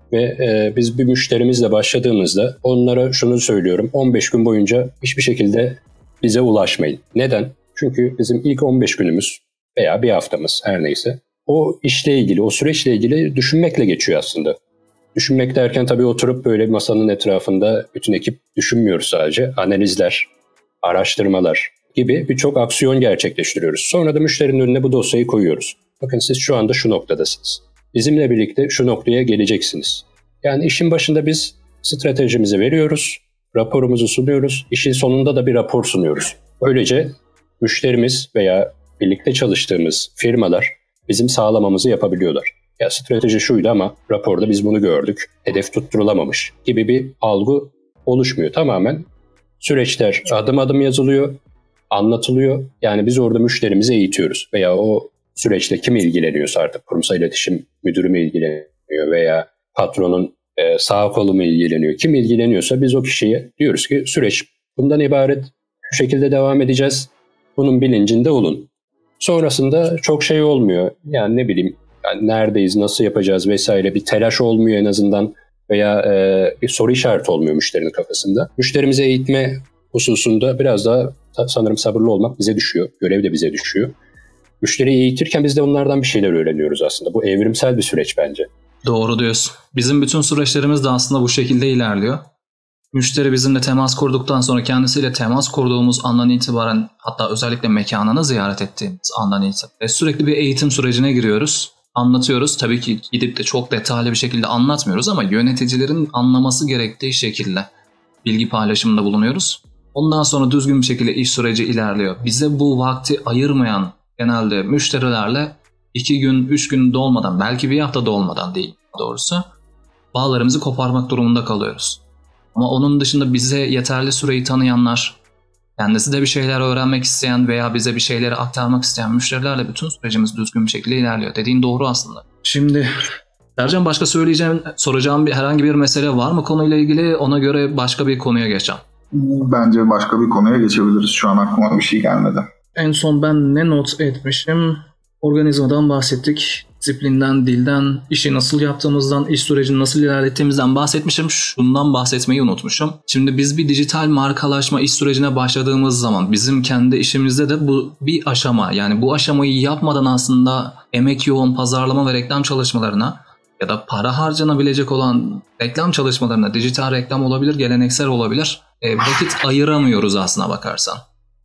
Ve biz bir müşterimizle başladığımızda onlara şunu söylüyorum: 15 gün boyunca hiçbir şekilde bize ulaşmayın. Neden? Çünkü bizim ilk 15 günümüz veya bir haftamız her neyse o işle ilgili, o süreçle ilgili düşünmekle geçiyor aslında. Düşünmek derken tabii oturup böyle masanın etrafında bütün ekip düşünmüyoruz sadece. Analizler, araştırmalar gibi birçok aksiyon gerçekleştiriyoruz. Sonra da müşterinin önüne bu dosyayı koyuyoruz. Bakın siz şu anda şu noktadasınız. Bizimle birlikte şu noktaya geleceksiniz. Yani işin başında biz stratejimizi veriyoruz, raporumuzu sunuyoruz, işin sonunda da bir rapor sunuyoruz. Böylece müşterimiz veya birlikte çalıştığımız firmalar bizim sağlamamızı yapabiliyorlar. Ya strateji şuydu ama raporda biz bunu gördük, hedef tutturulamamış gibi bir algı oluşmuyor. Tamamen süreçler adım adım yazılıyor, anlatılıyor. Yani biz orada müşterimizi eğitiyoruz veya o süreçte kim ilgileniyorsa artık kurumsal iletişim müdürü mü ilgileniyor veya patronun sağ kolu mu ilgileniyor, kim ilgileniyorsa biz o kişiye diyoruz ki süreç bundan ibaret, şu şekilde devam edeceğiz, bunun bilincinde olun. Sonrasında çok şey olmuyor, yani ne bileyim, yani neredeyiz, nasıl yapacağız vesaire bir telaş olmuyor en azından veya bir soru işareti olmuyor müşterinin kafasında. Müşterimizi eğitme hususunda biraz daha sanırım sabırlı olmak bize düşüyor, görev de bize düşüyor. Müşteriyi eğitirken biz de onlardan bir şeyler öğreniyoruz aslında. Bu evrimsel bir süreç bence. Doğru diyorsun. Bizim bütün süreçlerimiz de aslında bu şekilde ilerliyor. Müşteri bizimle temas kurduktan sonra kendisiyle temas kurduğumuz andan itibaren, hatta özellikle mekanını ziyaret ettiğimiz andan itibaren sürekli bir eğitim sürecine giriyoruz. Anlatıyoruz. Tabii ki gidip de çok detaylı bir şekilde anlatmıyoruz ama yöneticilerin anlaması gerektiği şekilde bilgi paylaşımında bulunuyoruz. Ondan sonra düzgün bir şekilde iş süreci ilerliyor. Bize bu vakti ayırmayan genelde müşterilerle 2 gün, 3 gün dolmadan, belki bir hafta dolmadan değil doğrusu, bağlarımızı koparmak durumunda kalıyoruz. Ama onun dışında bize yeterli süreyi tanıyanlar, kendisi de bir şeyler öğrenmek isteyen veya bize bir şeyleri aktarmak isteyen müşterilerle bütün sürecimiz düzgün bir şekilde ilerliyor. Dediğin doğru aslında. Şimdi Sercan, başka soracağım herhangi bir mesele var mı konuyla ilgili? Ona göre başka bir konuya geçeceğim. Bence başka bir konuya geçebiliriz. Şu an aklıma bir şey gelmedi. En son ben ne not etmişim? Organizmadan bahsettik. Disiplinden, dilden, işi nasıl yaptığımızdan, iş sürecini nasıl ilerlettiğimizden bahsetmişim. Şundan bahsetmeyi unutmuşum. Şimdi biz bir dijital markalaşma iş sürecine başladığımız zaman bizim kendi işimizde de bu bir aşama. Yani bu aşamayı yapmadan aslında emek yoğun pazarlama ve reklam çalışmalarına ya da para harcanabilecek olan reklam çalışmalarına, dijital reklam olabilir, geleneksel olabilir, vakit ayıramıyoruz aslına bakarsan.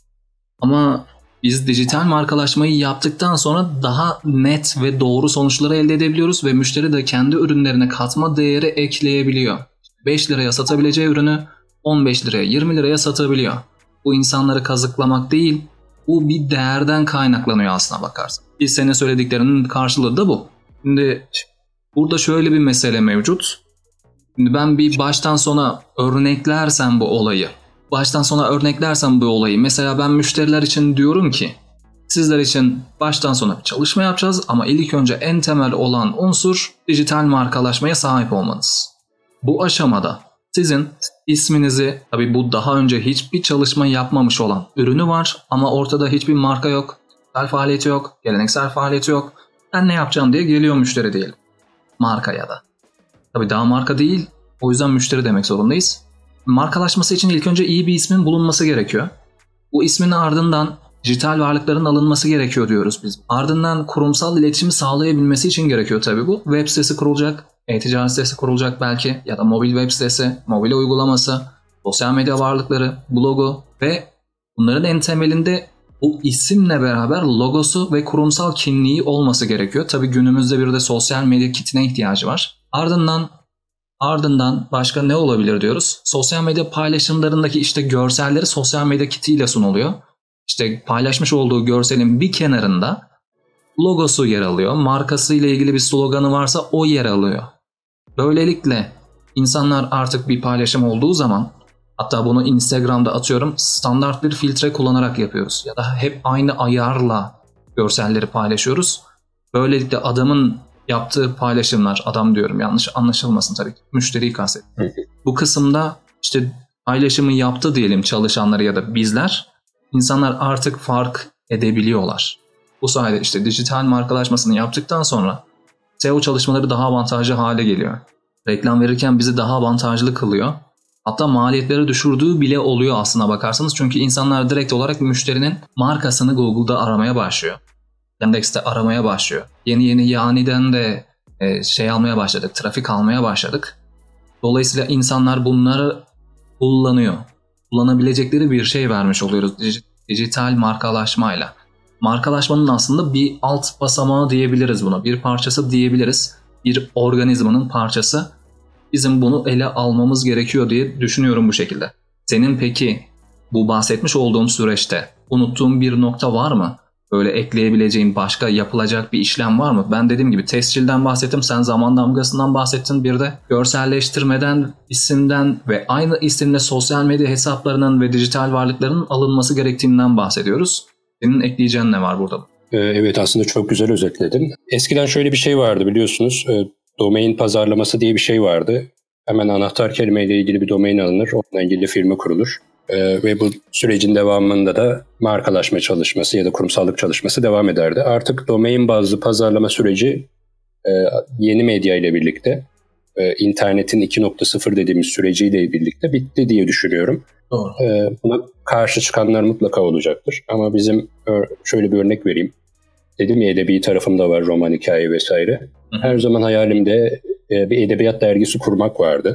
Ama biz dijital markalaşmayı yaptıktan sonra daha net ve doğru sonuçları elde edebiliyoruz ve müşteri de kendi ürünlerine katma değeri ekleyebiliyor. 5 liraya satabileceği ürünü 15 liraya, 20 liraya satabiliyor. Bu insanları kazıklamak değil, bu bir değerden kaynaklanıyor aslına bakarsan. Senin söylediklerinin karşılığı da bu. Şimdi burada şöyle bir mesele mevcut. Şimdi ben bir baştan sona örneklersem bu olayı, mesela ben müşteriler için diyorum ki sizler için baştan sona bir çalışma yapacağız ama ilk önce en temel olan unsur dijital markalaşmaya sahip olmanız. Bu aşamada sizin isminizi, tabii bu daha önce hiçbir çalışma yapmamış olan ürünü var ama ortada hiçbir marka yok, dijital faaliyeti yok, geleneksel faaliyeti yok. Ben ne yapacağım diye geliyor müşteri diyelim. Markaya da. Tabii daha marka değil, o yüzden müşteri demek zorundayız. Markalaşması için ilk önce iyi bir ismin bulunması gerekiyor. Bu ismin ardından dijital varlıkların alınması gerekiyor diyoruz biz. Ardından kurumsal iletişimi sağlayabilmesi için gerekiyor tabii bu. Web sitesi kurulacak, e-ticaret sitesi kurulacak belki ya da mobil web sitesi, mobil uygulaması, sosyal medya varlıkları, blogu ve bunların en temelinde bu isimle beraber logosu ve kurumsal kimliği olması gerekiyor. Tabii günümüzde bir de sosyal medya kitine ihtiyacı var. Ardından başka ne olabilir diyoruz. Sosyal medya paylaşımlarındaki işte görselleri sosyal medya kitiyle sunuluyor. İşte paylaşmış olduğu görselin bir kenarında logosu yer alıyor. Markasıyla ilgili bir sloganı varsa o yer alıyor. Böylelikle insanlar artık bir paylaşım olduğu zaman, hatta bunu Instagram'da atıyorum, standart bir filtre kullanarak yapıyoruz. Ya da hep aynı ayarla görselleri paylaşıyoruz. Böylelikle adamın yaptığı paylaşımlar, adam diyorum yanlış anlaşılmasın tabii ki, müşteriyi kastediyorum. Bu kısımda işte paylaşımı yaptı diyelim çalışanları ya da bizler, insanlar artık fark edebiliyorlar. Bu sayede işte dijital markalaşmasını yaptıktan sonra SEO çalışmaları daha avantajlı hale geliyor. Reklam verirken bizi daha avantajlı kılıyor. Hatta maliyetleri düşürdüğü bile oluyor aslına bakarsanız. Çünkü insanlar direkt olarak müşterinin markasını Google'da aramaya başlıyor. Yandex'te aramaya başlıyor. Yeni Yani'den de almaya başladık. Trafik almaya başladık. Dolayısıyla insanlar bunları kullanıyor. Kullanabilecekleri bir şey vermiş oluyoruz dijital markalaşmayla. Markalaşmanın aslında bir alt basamağı diyebiliriz buna. Bir parçası diyebiliriz. Bir organizmanın parçası. Bizim bunu ele almamız gerekiyor diye düşünüyorum bu şekilde. Senin peki bu bahsetmiş olduğum süreçte unuttuğun bir nokta var mı? Böyle ekleyebileceğin başka yapılacak bir işlem var mı? Ben dediğim gibi tescilden bahsettim. Sen zaman damgasından bahsettin. Bir de görselleştirmeden, isimden ve aynı isimle sosyal medya hesaplarının ve dijital varlıkların alınması gerektiğinden bahsediyoruz. Senin ekleyeceğin ne var burada? Evet, aslında çok güzel özetledin. Eskiden şöyle bir şey vardı biliyorsunuz. Domain pazarlaması diye bir şey vardı. Hemen anahtar kelimeyle ilgili bir domain alınır. Onunla ilgili firma kurulur. Ve bu sürecin devamında da markalaşma çalışması ya da kurumsallık çalışması devam ederdi. Artık domain bazlı pazarlama süreci yeni medya ile birlikte, internetin 2.0 dediğimiz süreciyle birlikte bitti diye düşünüyorum. Doğru. Buna karşı çıkanlar mutlaka olacaktır. Ama bizim şöyle bir örnek vereyim. Dedim ya, edebi tarafım da var, roman, hikaye vesaire. Her zaman hayalimde bir edebiyat dergisi kurmak vardı.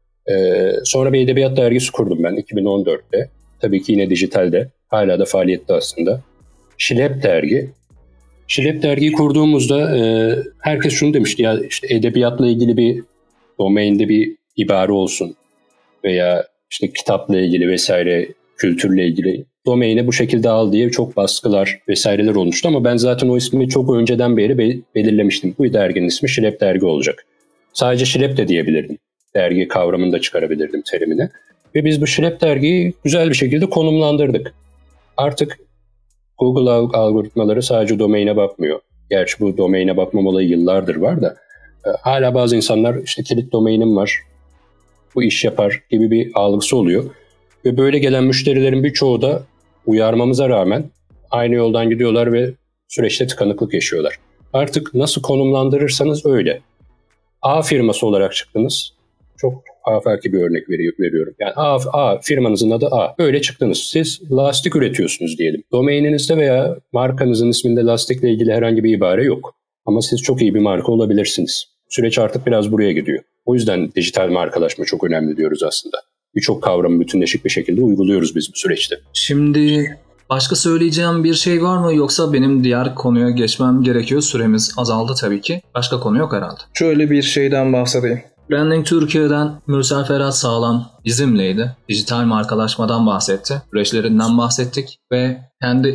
Sonra bir edebiyat dergisi kurdum ben 2014'te. Tabii ki yine dijitalde. Hala da faaliyette aslında. Şilep dergi. Şilep dergiyi kurduğumuzda herkes şunu demişti. Ya işte edebiyatla ilgili bir domainde bir ibare olsun. Veya işte kitapla ilgili vesaire, kültürle ilgili domaini bu şekilde al diye çok baskılar vesaireler olmuştu. Ama ben zaten o ismi çok önceden beri belirlemiştim. Bu derginin ismi Şilep Dergi olacak. Sadece Şilep de diyebilirdim. Dergi kavramını da çıkarabilirdim, terimini. Ve biz bu Şilep dergiyi güzel bir şekilde konumlandırdık. Artık Google algoritmaları sadece domaine bakmıyor. Gerçi bu domaine bakmam olayı yıllardır var da hala bazı insanlar işte kilit domainim var, bu iş yapar gibi bir algısı oluyor. Ve böyle gelen müşterilerin birçoğu da uyarmamıza rağmen aynı yoldan gidiyorlar ve süreçte tıkanıklık yaşıyorlar. Artık nasıl konumlandırırsanız öyle. A firması olarak çıktınız. Çok afaki bir örnek veriyorum. Yani A firmanızın adı A. Böyle çıktınız. Siz lastik üretiyorsunuz diyelim. Domaininizde veya markanızın isminde lastikle ilgili herhangi bir ibare yok. Ama siz çok iyi bir marka olabilirsiniz. Süreç artık biraz buraya gidiyor. O yüzden dijital markalaşma çok önemli diyoruz aslında. Birçok kavramı bütünleşik bir şekilde uyguluyoruz biz bu süreçte. Şimdi başka söyleyeceğim bir şey var mı, yoksa benim diğer konuya geçmem gerekiyor? Süremiz azaldı tabii ki. Başka konu yok herhalde. Şöyle bir şeyden bahsedeyim. Branding Türkiye'den Mürsel Ferhat Sağlam bizimleydi. Dijital markalaşmadan bahsetti. Süreçlerinden bahsettik ve kendi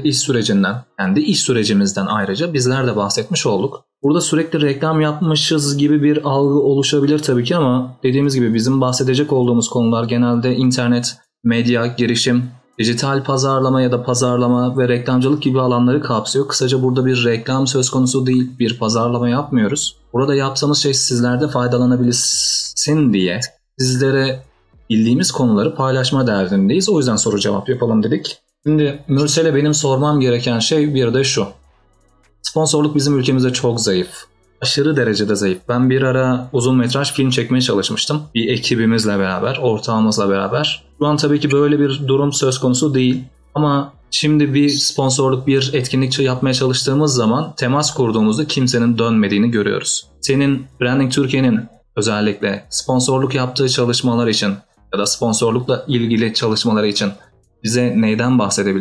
iş sürecimizden ayrıca bizler de bahsetmiş olduk. Burada sürekli reklam yapmışız gibi bir algı oluşabilir tabii ki, ama dediğimiz gibi bizim bahsedecek olduğumuz konular genelde internet, medya, girişim, dijital pazarlama ya da pazarlama ve reklamcılık gibi alanları kapsıyor. Kısaca burada bir reklam söz konusu değil, bir pazarlama yapmıyoruz. Burada yaptığımız şey sizler de faydalanabilsin diye sizlere bildiğimiz konuları paylaşma derdindeyiz. O yüzden soru cevap yapalım dedik. Şimdi Mürsel'e benim sormam gereken şey bir de şu. Sponsorluk bizim ülkemizde çok zayıf. Aşırı derecede zayıf. Ben bir ara uzun metraj film çekmeye çalışmıştım. Bir ekibimizle beraber, ortağımızla beraber. Şu an tabii ki böyle bir durum söz konusu değil. Ama şimdi bir sponsorluk, bir etkinlik yapmaya çalıştığımız zaman temas kurduğumuzda kimsenin dönmediğini görüyoruz. Senin Branding Türkiye'nin özellikle sponsorluk yaptığı çalışmalar için ya da sponsorlukla ilgili çalışmaları için bize neyden bahsedebilirsin?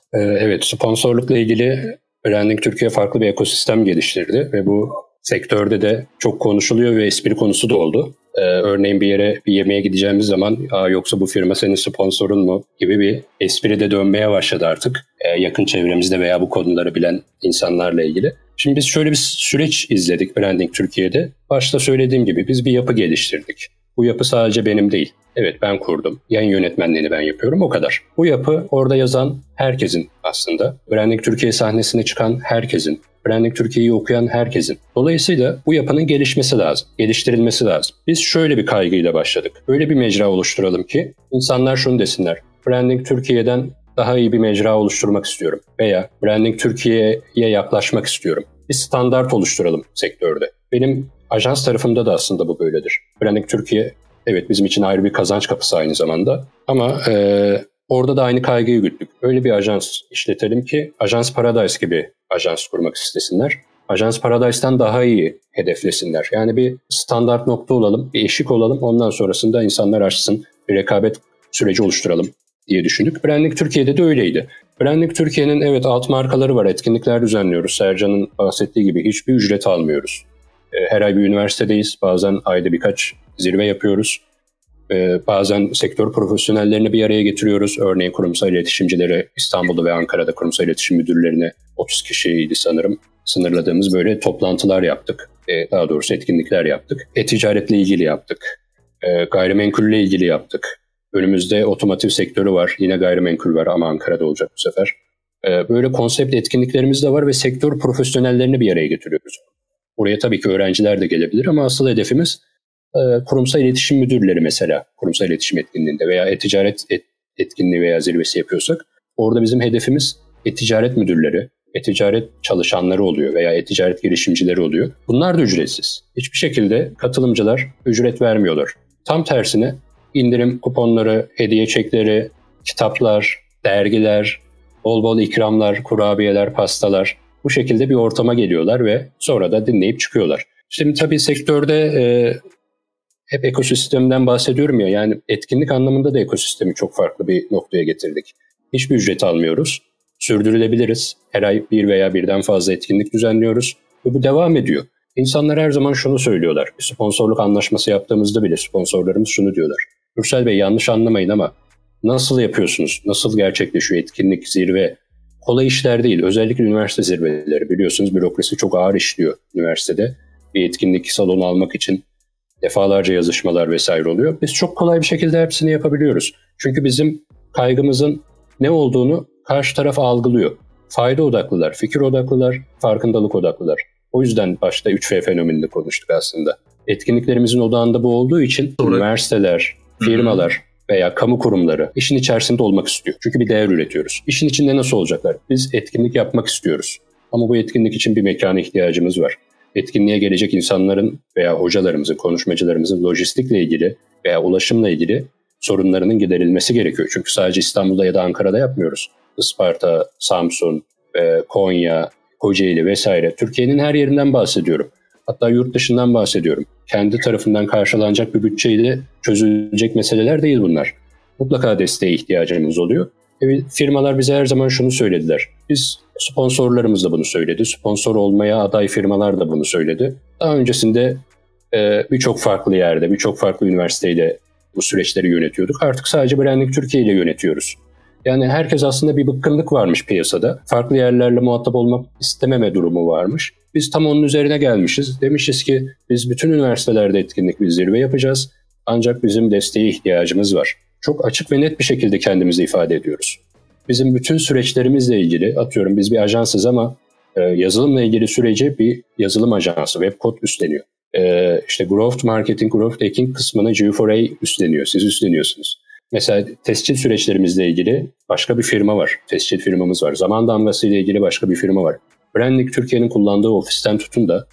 Evet, sponsorlukla ilgili Branding Türkiye farklı bir ekosistem geliştirdi ve bu sektörde de çok konuşuluyor ve espri konusu da oldu. Örneğin bir yere bir yemeğe gideceğimiz zaman yoksa bu firma senin sponsorun mu gibi bir espri de dönmeye başladı artık yakın çevremizde veya bu konuları bilen insanlarla ilgili. Şimdi biz şöyle bir süreç izledik Branding Türkiye'de. Başta söylediğim gibi biz bir yapı geliştirdik. Bu yapı sadece benim değil. Evet, ben kurdum. Yayın yönetmenliğini ben yapıyorum, o kadar. Bu yapı orada yazan herkesin aslında. Branding Türkiye sahnesine çıkan herkesin. Branding Türkiye'yi okuyan herkesin. Dolayısıyla bu yapının gelişmesi lazım. Geliştirilmesi lazım. Biz şöyle bir kaygıyla başladık. Öyle bir mecra oluşturalım ki insanlar şunu desinler. Branding Türkiye'den daha iyi bir mecra oluşturmak istiyorum. Veya Branding Türkiye'ye yaklaşmak istiyorum. Bir standart oluşturalım sektörde. Benim ajans tarafımda da aslında bu böyledir. Branding Türkiye evet bizim için ayrı bir kazanç kapısı aynı zamanda. Ama orada da aynı kaygıyı güttük. Öyle bir ajans işletelim ki Ajans Paradise gibi ajans kurmak istesinler. Ajans Paradise'dan daha iyi hedeflesinler. Yani bir standart nokta olalım, bir eşik olalım. Ondan sonrasında insanlar açsın, bir rekabet süreci oluşturalım diye düşündük. Branding Türkiye'de de öyleydi. Branding Türkiye'nin evet alt markaları var, etkinlikler düzenliyoruz. Sercan'ın bahsettiği gibi hiçbir ücret almıyoruz. Her ay bir üniversitedeyiz. Bazen ayda birkaç zirve yapıyoruz. Bazen sektör profesyonellerini bir araya getiriyoruz. Örneğin kurumsal iletişimcileri İstanbul'da ve Ankara'da kurumsal iletişim müdürlerini 30 kişiydi sanırım. Sınırladığımız böyle toplantılar yaptık. Daha doğrusu etkinlikler yaptık. E-ticaretle ilgili yaptık. Gayrimenkulle ilgili yaptık. Önümüzde otomotiv sektörü var. Yine gayrimenkul var ama Ankara'da olacak bu sefer. Böyle konsept etkinliklerimiz de var ve sektör profesyonellerini bir araya getiriyoruz. Buraya tabii ki öğrenciler de gelebilir ama asıl hedefimiz kurumsal iletişim müdürleri mesela. Kurumsal iletişim etkinliğinde veya e-ticaret etkinliği veya zirvesi yapıyorsak orada bizim hedefimiz e-ticaret müdürleri, e-ticaret çalışanları oluyor veya e-ticaret girişimcileri oluyor. Bunlar da ücretsiz. Hiçbir şekilde katılımcılar ücret vermiyorlar. Tam tersine indirim kuponları, hediye çekleri, kitaplar, dergiler, bol bol ikramlar, kurabiyeler, pastalar bu şekilde bir ortama geliyorlar ve sonra da dinleyip çıkıyorlar. Şimdi tabii sektörde hep ekosistemden bahsediyorum ya, yani etkinlik anlamında da ekosistemi çok farklı bir noktaya getirdik. Hiçbir ücret almıyoruz. Sürdürülebiliriz. Her ay bir veya birden fazla etkinlik düzenliyoruz ve bu devam ediyor. İnsanlar her zaman şunu söylüyorlar. Bir sponsorluk anlaşması yaptığımızda bile sponsorlarımız şunu diyorlar. Mürsel Bey, yanlış anlamayın ama nasıl yapıyorsunuz? Nasıl gerçekleşiyor etkinlik, zirve? Kolay işler değil. Özellikle üniversite zirveleri. Biliyorsunuz bürokrasi çok ağır işliyor üniversitede. Bir etkinlik salonu almak için defalarca yazışmalar vesaire oluyor. Biz çok kolay bir şekilde hepsini yapabiliyoruz. Çünkü bizim kaygımızın ne olduğunu karşı taraf algılıyor. Fayda odaklılar, fikir odaklılar, farkındalık odaklılar. O yüzden başta 3F fenomenini konuştuk aslında. Etkinliklerimizin odağında bu olduğu için üniversiteler, firmalar veya kamu kurumları işin içerisinde olmak istiyor. Çünkü bir değer üretiyoruz. İşin içinde nasıl olacaklar? Biz etkinlik yapmak istiyoruz. Ama bu etkinlik için bir mekana ihtiyacımız var. Etkinliğe gelecek insanların veya hocalarımızın, konuşmacılarımızın lojistikle ilgili veya ulaşımla ilgili sorunlarının giderilmesi gerekiyor. Çünkü sadece İstanbul'da ya da Ankara'da yapmıyoruz. Isparta, Samsun, Konya, Kocaeli vesaire. Türkiye'nin her yerinden bahsediyorum. Hatta yurt dışından bahsediyorum. Kendi tarafından karşılanacak bir bütçeyle çözülecek meseleler değil bunlar. Mutlaka desteğe ihtiyacımız oluyor. Firmalar bize her zaman şunu söylediler. Biz sponsorlarımız da bunu söyledi. Sponsor olmaya aday firmalar da bunu söyledi. Daha öncesinde birçok farklı yerde, birçok farklı üniversiteyle bu süreçleri yönetiyorduk. Artık sadece Branding Türkiye ile yönetiyoruz. Yani herkes aslında bir bıkkınlık varmış piyasada. Farklı yerlerle muhatap olmak istememe durumu varmış. Biz tam onun üzerine gelmişiz. Demişiz ki biz bütün üniversitelerde etkinlik bir zirve yapacağız. Ancak bizim desteğe ihtiyacımız var. Çok açık ve net bir şekilde kendimizi ifade ediyoruz. Bizim bütün süreçlerimizle ilgili, atıyorum biz bir ajansız ama yazılımla ilgili süreci bir yazılım ajansı, Webcode üstleniyor. İşte Growth Marketing, Growth Hacking kısmını G4A üstleniyor, siz üstleniyorsunuz. Mesela tescil süreçlerimizle ilgili başka bir firma var, tescil firmamız var. Zaman damgası ile ilgili başka bir firma var. Branding Türkiye'nin kullandığı ofisten tutun da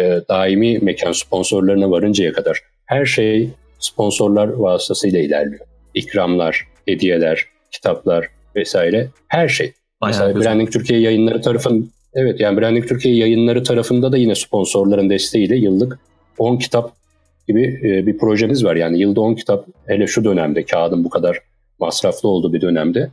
daimi mekan sponsorlarına varıncaya kadar her şey sponsorlar vasıtasıyla ilerliyor. İkramlar, hediyeler, kitaplar vesaire, her şey. Mesela Branding Türkiye yayınları tarafın, evet yani Branding Türkiye yayınları tarafında da yine sponsorların desteğiyle yıllık 10 kitap gibi bir projemiz var. Yani yılda 10 kitap, hele şu dönemde kağıdın bu kadar masraflı olduğu bir dönemde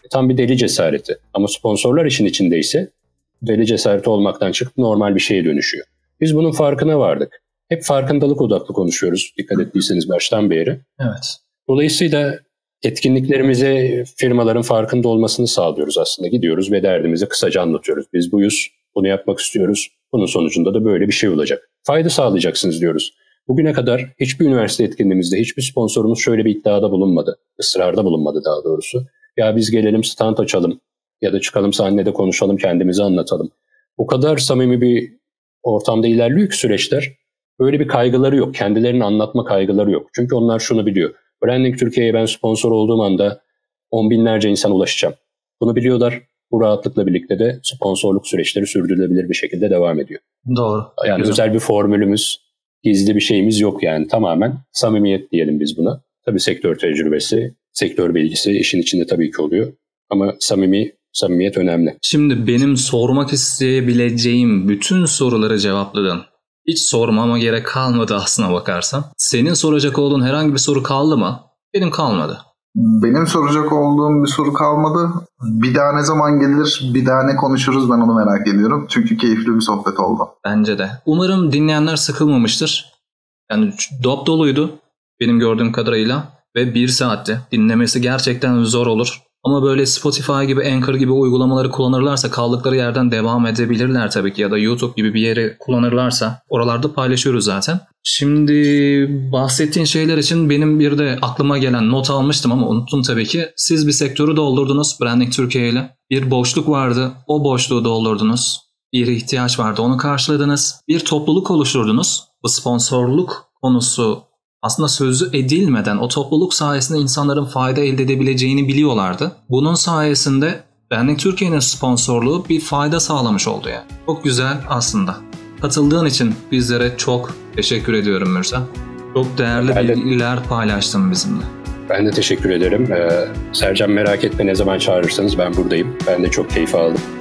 Tam bir deli cesareti. Ama sponsorlar işin içindeyse deli cesareti olmaktan çıkıp normal bir şeye dönüşüyor. Biz bunun farkına vardık. Hep farkındalık odaklı konuşuyoruz, dikkat ettiyseniz baştan beri. Evet. Dolayısıyla etkinliklerimize firmaların farkında olmasını sağlıyoruz aslında. Gidiyoruz ve derdimizi kısaca anlatıyoruz. Biz buyuz, bunu yapmak istiyoruz. Bunun sonucunda da böyle bir şey olacak. Fayda sağlayacaksınız diyoruz. Bugüne kadar hiçbir üniversite etkinliğimizde hiçbir sponsorumuz şöyle bir iddiada bulunmadı. Israrda bulunmadı daha doğrusu. Ya biz gelelim stand açalım ya da çıkalım sahnede konuşalım, kendimizi anlatalım. O kadar samimi bir ortamda ilerliyor ki süreçler. Böyle bir kaygıları yok. Kendilerini anlatma kaygıları yok. Çünkü onlar şunu biliyor. Branding Türkiye'ye ben sponsor olduğum anda 10 binlerce insana ulaşacağım. Bunu biliyorlar. Bu rahatlıkla birlikte de sponsorluk süreçleri sürdürülebilir bir şekilde devam ediyor. Doğru. Yani Güzel. özel bir formülümüz, gizli bir şeyimiz yok yani. Tamamen samimiyet diyelim biz buna. Tabii sektör tecrübesi, sektör bilgisi işin içinde tabii ki oluyor. Ama samimiyet önemli. Şimdi benim sormak isteyebileceğim bütün soruları cevapladın. Hiç sormama gerek kalmadı aslına bakarsan. Senin soracak olduğun herhangi bir soru kaldı mı? Benim kalmadı. Benim soracak olduğum bir soru kalmadı. Bir daha ne zaman gelir, bir daha ne konuşuruz, ben onu merak ediyorum. Çünkü keyifli bir sohbet oldu. Bence de. Umarım dinleyenler sıkılmamıştır. Yani dop doluydu benim gördüğüm kadarıyla. Ve 1 saatti. Dinlemesi gerçekten zor olur. Ama böyle Spotify gibi, Anchor gibi uygulamaları kullanırlarsa kaldıkları yerden devam edebilirler tabii ki. Ya da YouTube gibi bir yeri kullanırlarsa oralarda paylaşıyoruz zaten. Şimdi bahsettiğin şeyler için benim bir de aklıma gelen not almıştım ama unuttum tabii ki. Siz bir sektörü doldurdunuz Branding Türkiye ile. Bir boşluk vardı. O boşluğu doldurdunuz. Bir ihtiyaç vardı. Onu karşıladınız. Bir topluluk oluşturdunuz. Bu sponsorluk konusu aslında sözü edilmeden o topluluk sayesinde insanların fayda elde edebileceğini biliyorlardı. Bunun sayesinde Branding Türkiye'nin sponsorluğu bir fayda sağlamış oldu yani. Çok güzel aslında. Katıldığın için bizlere çok teşekkür ediyorum Mürsel. Çok değerli bilgiler paylaştın bizimle. Ben de teşekkür ederim. Sercan merak etme, ne zaman çağırırsanız ben buradayım. Ben de çok keyif aldım.